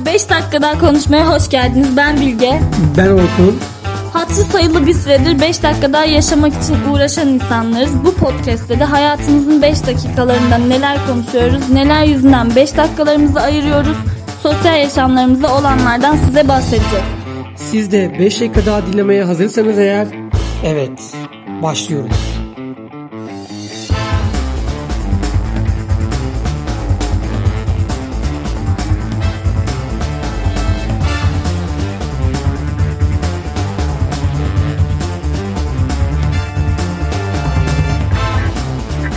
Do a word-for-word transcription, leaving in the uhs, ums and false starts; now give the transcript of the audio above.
beş dakika daha konuşmaya hoş geldiniz. Ben Bilge. Ben Orkun. Hatırı sayılı bir süredir beş dakika daha yaşamak için uğraşan insanlarız. Bu podcast'te de hayatımızın beş dakikalarında neler konuşuyoruz, neler yüzünden beş dakikalarımızı ayırıyoruz, sosyal yaşamlarımızda olanlardan size bahsedeceğiz. Siz de beş dakika daha dinlemeye hazırsanız eğer, evet, başlıyoruz.